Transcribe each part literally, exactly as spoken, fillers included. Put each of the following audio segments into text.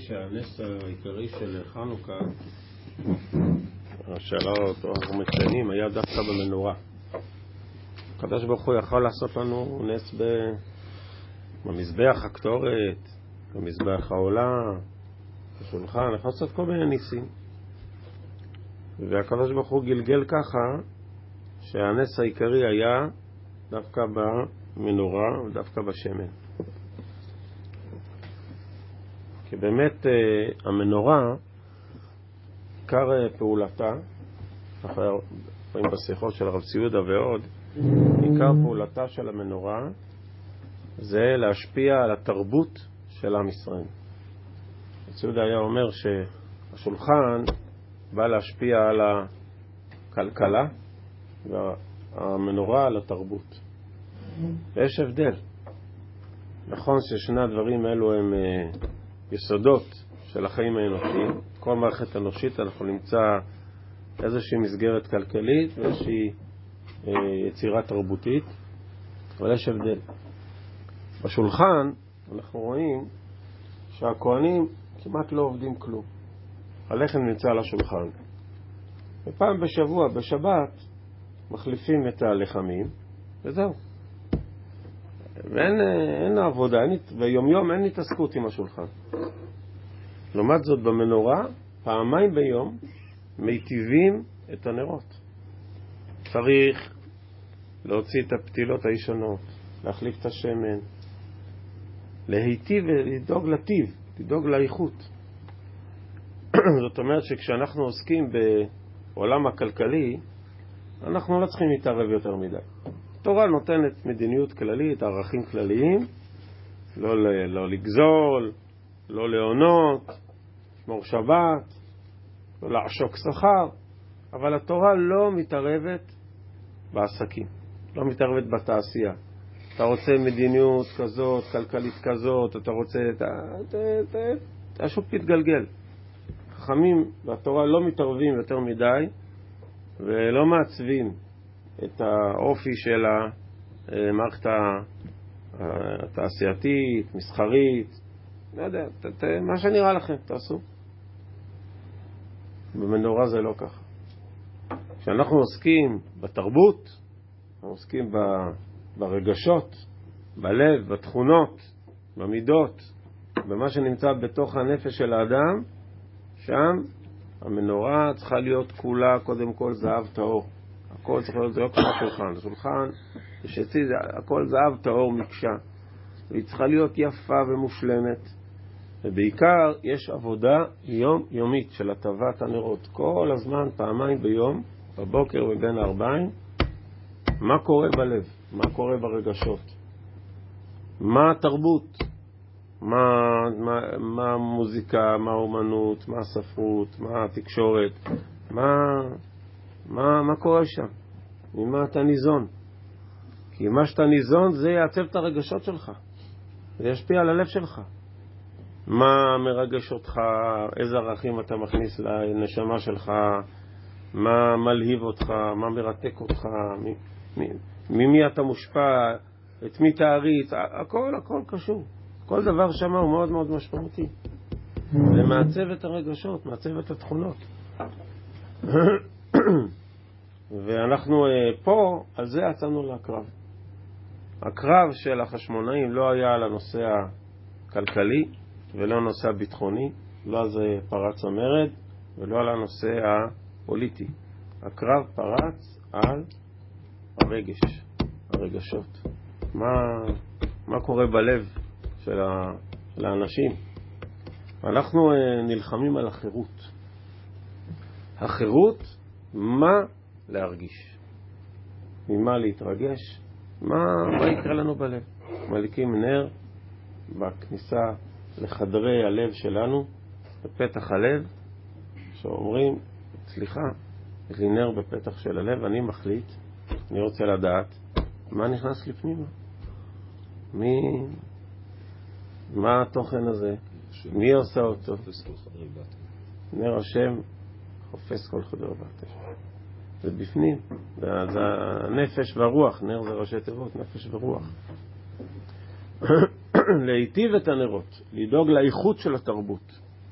שהנס העיקרי של חנוכה, השאלה אותו אנחנו מציינים, היה דווקא במנורה. הקדוש ברוך הוא יכול לעשות לנו נס במזבח הקטורת, במזבח העולה, בשולחן, יכול לעשות כל מיני ניסים. והקדוש ברוך הוא גלגל ככה שהנס העיקרי היה דווקא במנורה ודווקא בשמן. כי באמת המנורה, עיקר פעולתה, אנחנו רואים בשיחות של הרב ציודה ועוד, עיקר פעולתה של המנורה זה להשפיע על התרבות של עם ישראל. ציודה היה אומר שהשולחן בא להשפיע על הכלכלה והמנורה על התרבות. ויש הבדל. נכון ששני הדברים האלו הם יסודות של החיים האנושיים. כל מערכת אנושית אנחנו נמצא איזושהי מסגרת כלכלית ואיזושהי יצירה תרבותית, אבל יש הבדל. בשולחן אנחנו רואים שהכהנים כמעט לא עובדים כלום. הלחם נמצא על השולחן. ופעם בשבוע, בשבת, מחליפים את הלחמים, וזהו. ואין אין עבודה, אין, ויום יום אין התעסקות עם השולחן. לעומת זאת במנורה, פעמיים ביום מיטיבים את הנרות. צריך להוציא את הפתילות הישנות, להחליף את השמן, להיטיב ולדאוג לטיב, לדאוג לאיכות. זאת אומרת שכשאנחנו עוסקים בעולם הכלכלי, אנחנו לא צריכים להתערב יותר מדי. התורה נותנת מדיניות כללית, ערכים כלליים, לא, לא לגזול, לא להונות, שמור שבת, לא לעשוק שכר, אבל התורה לא מתערבת בעסקים, לא מתערבת בתעשייה. אתה רוצה מדיניות כזאת, כלכלית כזאת, אתה רוצה, השוק מתגלגל. חכמים והתורה לא מתערבים יותר מדי ולא מעצבים את האופי של המערכת התעשייתית, מסחרית, לא יודע, מה שנראה לכם, תעשו. במנורה זה לא ככה. כשאנחנו עוסקים בתרבות, אנחנו עוסקים ברגשות, בלב, בתכונות, במידות, במה שנמצא בתוך הנפש של האדם, שם המנורה צריכה להיות כולה קודם כל זהב טהור. הכל צריך להיות, זה לא כמו השולחן. השולחן, שצי, זה, הכל זהב טהור מקשה. והיא צריכה להיות יפה ומושלמת. ובעיקר יש עבודה יום יומית של הטבת הנרות. כל הזמן, פעמיים ביום, בבוקר ובין הארבעים, מה קורה בלב? מה קורה ברגשות? מה התרבות? מה, מה, מה המוזיקה, מה האומנות, מה הספרות, מה התקשורת, מה, מה, מה קורה שם? ממה אתה ניזון? כי מה שאתה ניזון זה יעצב את הרגשות שלך. זה ישפיע על הלב שלך. מה מרגש אותך, איזה ערכים אתה מכניס לנשמה שלך, מה מלהיב אותך, מה מרתק אותך, מי, מי, ממי אתה מושפע, את מי תעריץ, הכל, הכל קשור. כל דבר שם הוא מאוד מאוד משמעותי. זה מעצב את הרגשות, מעצב את התכונות. ואנחנו פה, על זה יצאנו לקרב. הקרב של החשמונאים לא היה על הנושא הכלכלי, ולא על הנושא הביטחוני, לא על זה פרץ המרד, ולא על הנושא הפוליטי. הקרב פרץ על הרגש, הרגשות. מה, מה קורה בלב של האנשים. אנחנו נלחמים על החירות. החירות, מה להרגיש? ממה להתרגש? מה, מה יקרה לנו בלב? מליקים נר בכניסה לחדרי הלב שלנו, בפתח הלב, שאומרים, סליחה, יש לי נר בפתח של הלב, אני מחליט, אני רוצה לדעת, מה נכנס לפנימה? מי... מה התוכן הזה? מי עושה אותו? נר השם חופש כל חדר בת. זה בפנים. זה הנפש והרוח. נר זה ראשי תיבות, נפש ורוח. להיטיב את הנרות, לדאוג לאיכות של התרבות.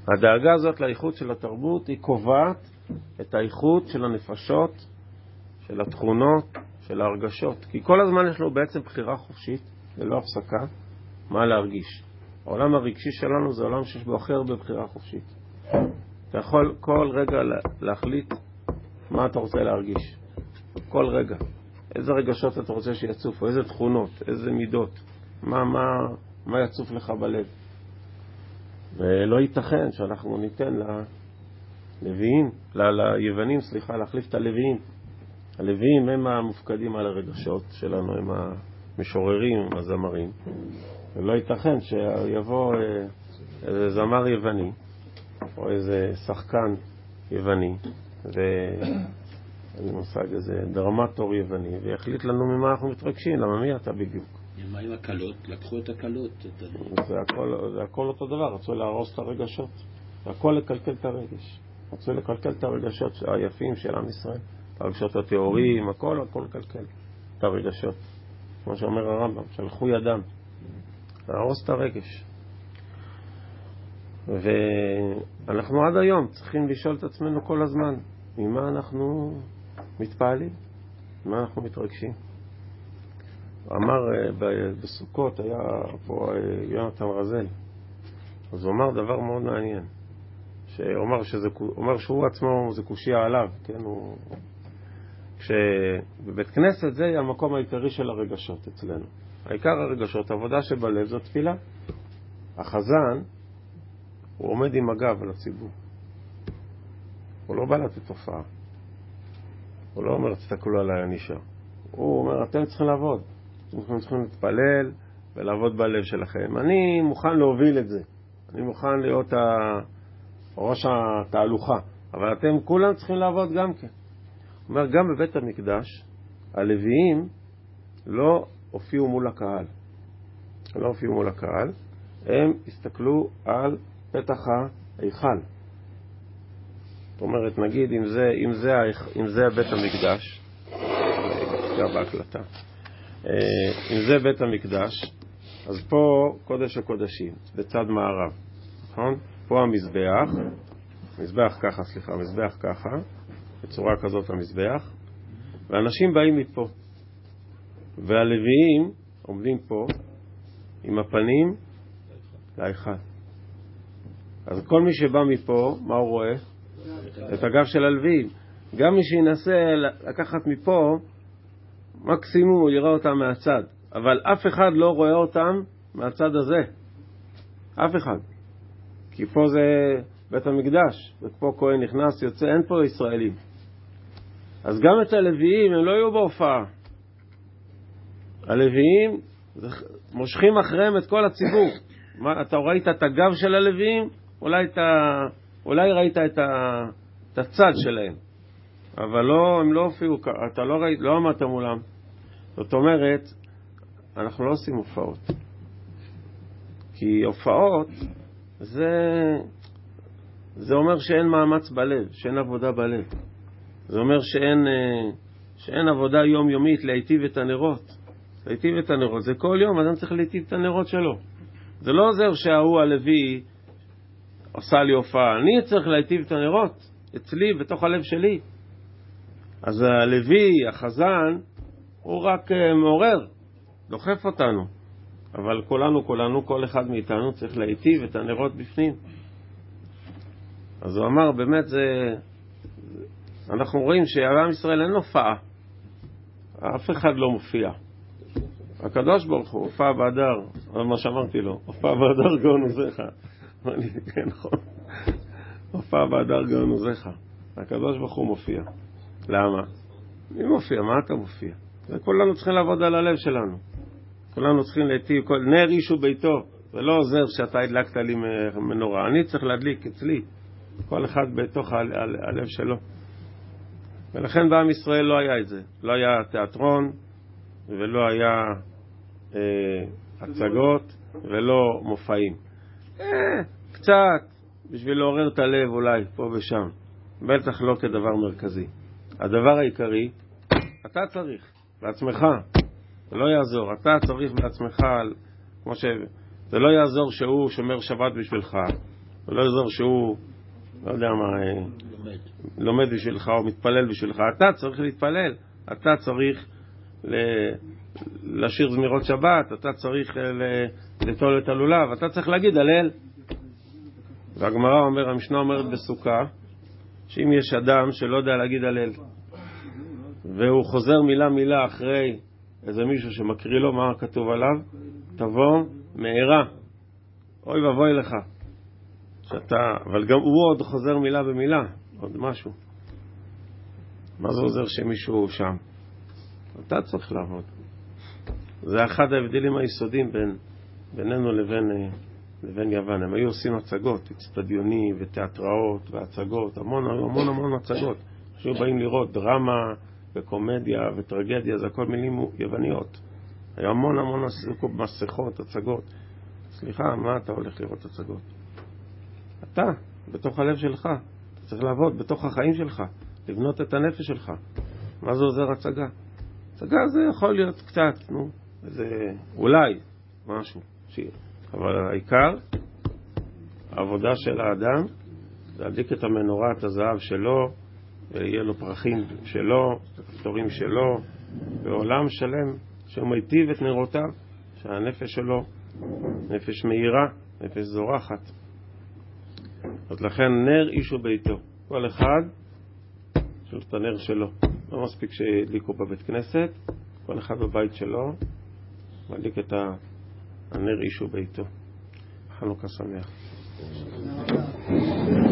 הדאגה הזאת לאיכות של התרבות היא קובעת את האיכות של הנפשות, של התכונות, של ההרגשות. כי כל הזמן יש לו בעצם בחירה חופשית, ללא הפסקה, מה להרגיש. העולם הרגשי שלנו זה עולם שיש בו הכי הרבה בחירה חופשית. אתה יכול כל רגע להחליט מה אתה רוצה להרגיש. כל רגע. איזה רגשות אתה רוצה שיצופו, איזה תכונות, איזה מידות, מה, מה, מה יצוף לך בלב. ולא ייתכן שאנחנו ניתן ללוויים, ל- ליוונים, סליחה, להחליף את הלוויים. הלוויים הם המופקדים על הרגשות שלנו, הם המשוררים, הזמרים. ולא ייתכן שיבוא איזה זמר יווני, או איזה שחקן יווני, ואני מושג איזה דרמטור יווני, ויחליט לנו ממה אנחנו מתרגשים, למה מי אתה בדיוק? מה עם הקלות? לקחו את הקלות. זה הכל, זה הכל אותו דבר, רצו להרוס את הרגשות. זה הכל לקלקל את הרגש. רצו לקלקל את הרגשות היפים של עם ישראל. הרגשות התיאוריים, הכל, הכל לקלקל את הרגשות. כמו שאומר הרמב"ם, שלחו ידם. להרוס את הרגש. ואנחנו עד היום צריכים לשאול את עצמנו כל הזמן, ממה אנחנו מתפעלים? ממה אנחנו מתרגשים? אמר בסוכות, היה פה יונתן רזל, אז הוא אמר דבר מאוד מעניין, שאומר שזה, אומר שהוא עצמו זה קושיה עליו, כן? הוא, שבבית כנסת זה המקום העיקרי של הרגשות אצלנו. העיקר הרגשות, העבודה שבלב זו תפילה. החזן, הוא עומד עם הגב על הציבור. הוא לא בא לתת תופעה. הוא לא אומר, תסתכלו עליי, אני נשאר. הוא אומר, אתם צריכים לעבוד. אתם צריכים להתפלל ולעבוד בלב שלכם. אני מוכן להוביל את זה. אני מוכן להיות ראש התהלוכה. אבל אתם כולם צריכים לעבוד גם כן. הוא אומר, גם בבית המקדש, הלוויים לא הופיעו מול הקהל. לא הופיעו מול הקהל. הם הסתכלו על פתח ההיכל. זאת אומרת, נגיד, אם זה, אם זה, אם זה בית המקדש, זה בהקלטה. אם זה בית המקדש, אז פה קודש הקודשים, בצד מערב, נכון? פה המזבח, מזבח ככה, סליחה, מזבח ככה, בצורה כזאת המזבח, ואנשים באים מפה, והלוויים עומדים פה, עם הפנים להיכל. אז כל מי שבא מפה, מה הוא רואה? את הגב של הלוויים. גם מי שינסה לקחת מפה, מקסימום הוא יראה אותם מהצד, אבל אף אחד לא רואה אותם מהצד הזה. אף אחד. כי פה זה בית המקדש, ופה כהן נכנס, יוצא, אין פה ישראלים. אז גם את הלוויים הם לא יהיו בהופעה. הלוויים מושכים אחריהם את כל הציבור. מה, אתה ראית את הגב של הלוויים? אולי, את ה... אולי ראית את, ה... את הצד שלהם. אבל לא, הם לא הופיעו, אתה לא ראית, לא עמדת מולם. זאת אומרת, אנחנו לא עושים הופעות. כי הופעות, זה, זה אומר שאין מאמץ בלב, שאין עבודה בלב. זה אומר שאין, שאין עבודה יומיומית להיטיב את הנרות. להיטיב את הנרות, זה כל יום, אדם צריך להיטיב את הנרות שלו. זה לא עוזר שההוא הלוי עושה לי הופעה. אני צריך להיטיב את הנרות, אצלי, בתוך הלב שלי. אז הלוי, החזן, הוא רק מעורר, דוחף אותנו. אבל כולנו, כולנו, כל אחד מאיתנו צריך להיטיב את הנרות בפנים. אז הוא אמר, באמת זה... אנחנו רואים שעם ישראל אין הופעה. אף אחד לא מופיע. הקדוש ברוך הוא, הופעה באדר, מה שאמרתי לו, הופעה באדר גאון עוזיך. כן, נכון. הופעה באדר גאון עוזיך. הקדוש ברוך הוא מופיע. למה? מי מופיע? מה אתה מופיע? כולנו צריכים לעבוד על הלב שלנו. כולנו צריכים להיטיב, כל... נר איש וביתו. זה לא עוזר שאתה הדלקת לי מנורה. אני צריך להדליק אצלי. כל אחד בתוך ה- ה- הלב שלו. ולכן בעם ישראל לא היה את זה. לא היה תיאטרון, ולא היה אה, הצגות, ולא מופעים. אה, קצת, בשביל לעורר את הלב אולי, פה ושם. בטח לא כדבר מרכזי. הדבר העיקרי, אתה צריך, בעצמך. זה לא יעזור. אתה צריך בעצמך, כמו ש... זה לא יעזור שהוא שומר שבת בשבילך, ולא יעזור שהוא, לא יודע מה, לומד. לומד בשבילך או מתפלל בשבילך. אתה צריך להתפלל, אתה צריך ל- לשיר זמירות שבת, אתה צריך ל- לטול את הלולב, אתה צריך להגיד הלל. והגמרא אומר, המשנה אומרת בסוכה, שאם יש אדם שלא יודע להגיד הלל, והוא חוזר מילה מילה אחרי איזה מישהו שמקריא לו מה כתוב עליו, תבוא מהרה, אוי ובוי לך. שאתה, אבל גם הוא עוד חוזר מילה במילה, עוד משהו. מה זה עוזר שמישהו שם? אתה צריך לעבוד. זה אחד ההבדלים היסודיים בין, בינינו לבין, לבין יוון. הם היו עושים הצגות, אצטדיוני ותיאטראות והצגות, המון המון המון הצגות. שהיו באים לראות דרמה וקומדיה וטרגדיה, זה הכל מילים יווניות. היה המון המון מסכות, הצגות. סליחה, מה אתה הולך לראות הצגות? אתה, בתוך הלב שלך, אתה צריך לעבוד בתוך החיים שלך, לבנות את הנפש שלך. מה זה עוזר הצגה? הצגה זה יכול להיות קצת, נו, זה אולי משהו, שיר. אבל העיקר, העבודה של האדם, להדליק את המנורת הזהב שלו, יהיה לו פרחים שלו, כפתורים שלו, בעולם שלם, שהוא מיטיב את נרותיו, שהנפש שלו, נפש מהירה, נפש זורחת. אז לכן נר איש וביתו. כל אחד יש לו את הנר שלו. לא מספיק שהדליקו בבית כנסת, כל אחד בבית שלו מדליק את הנר איש וביתו. חנוכה שמח.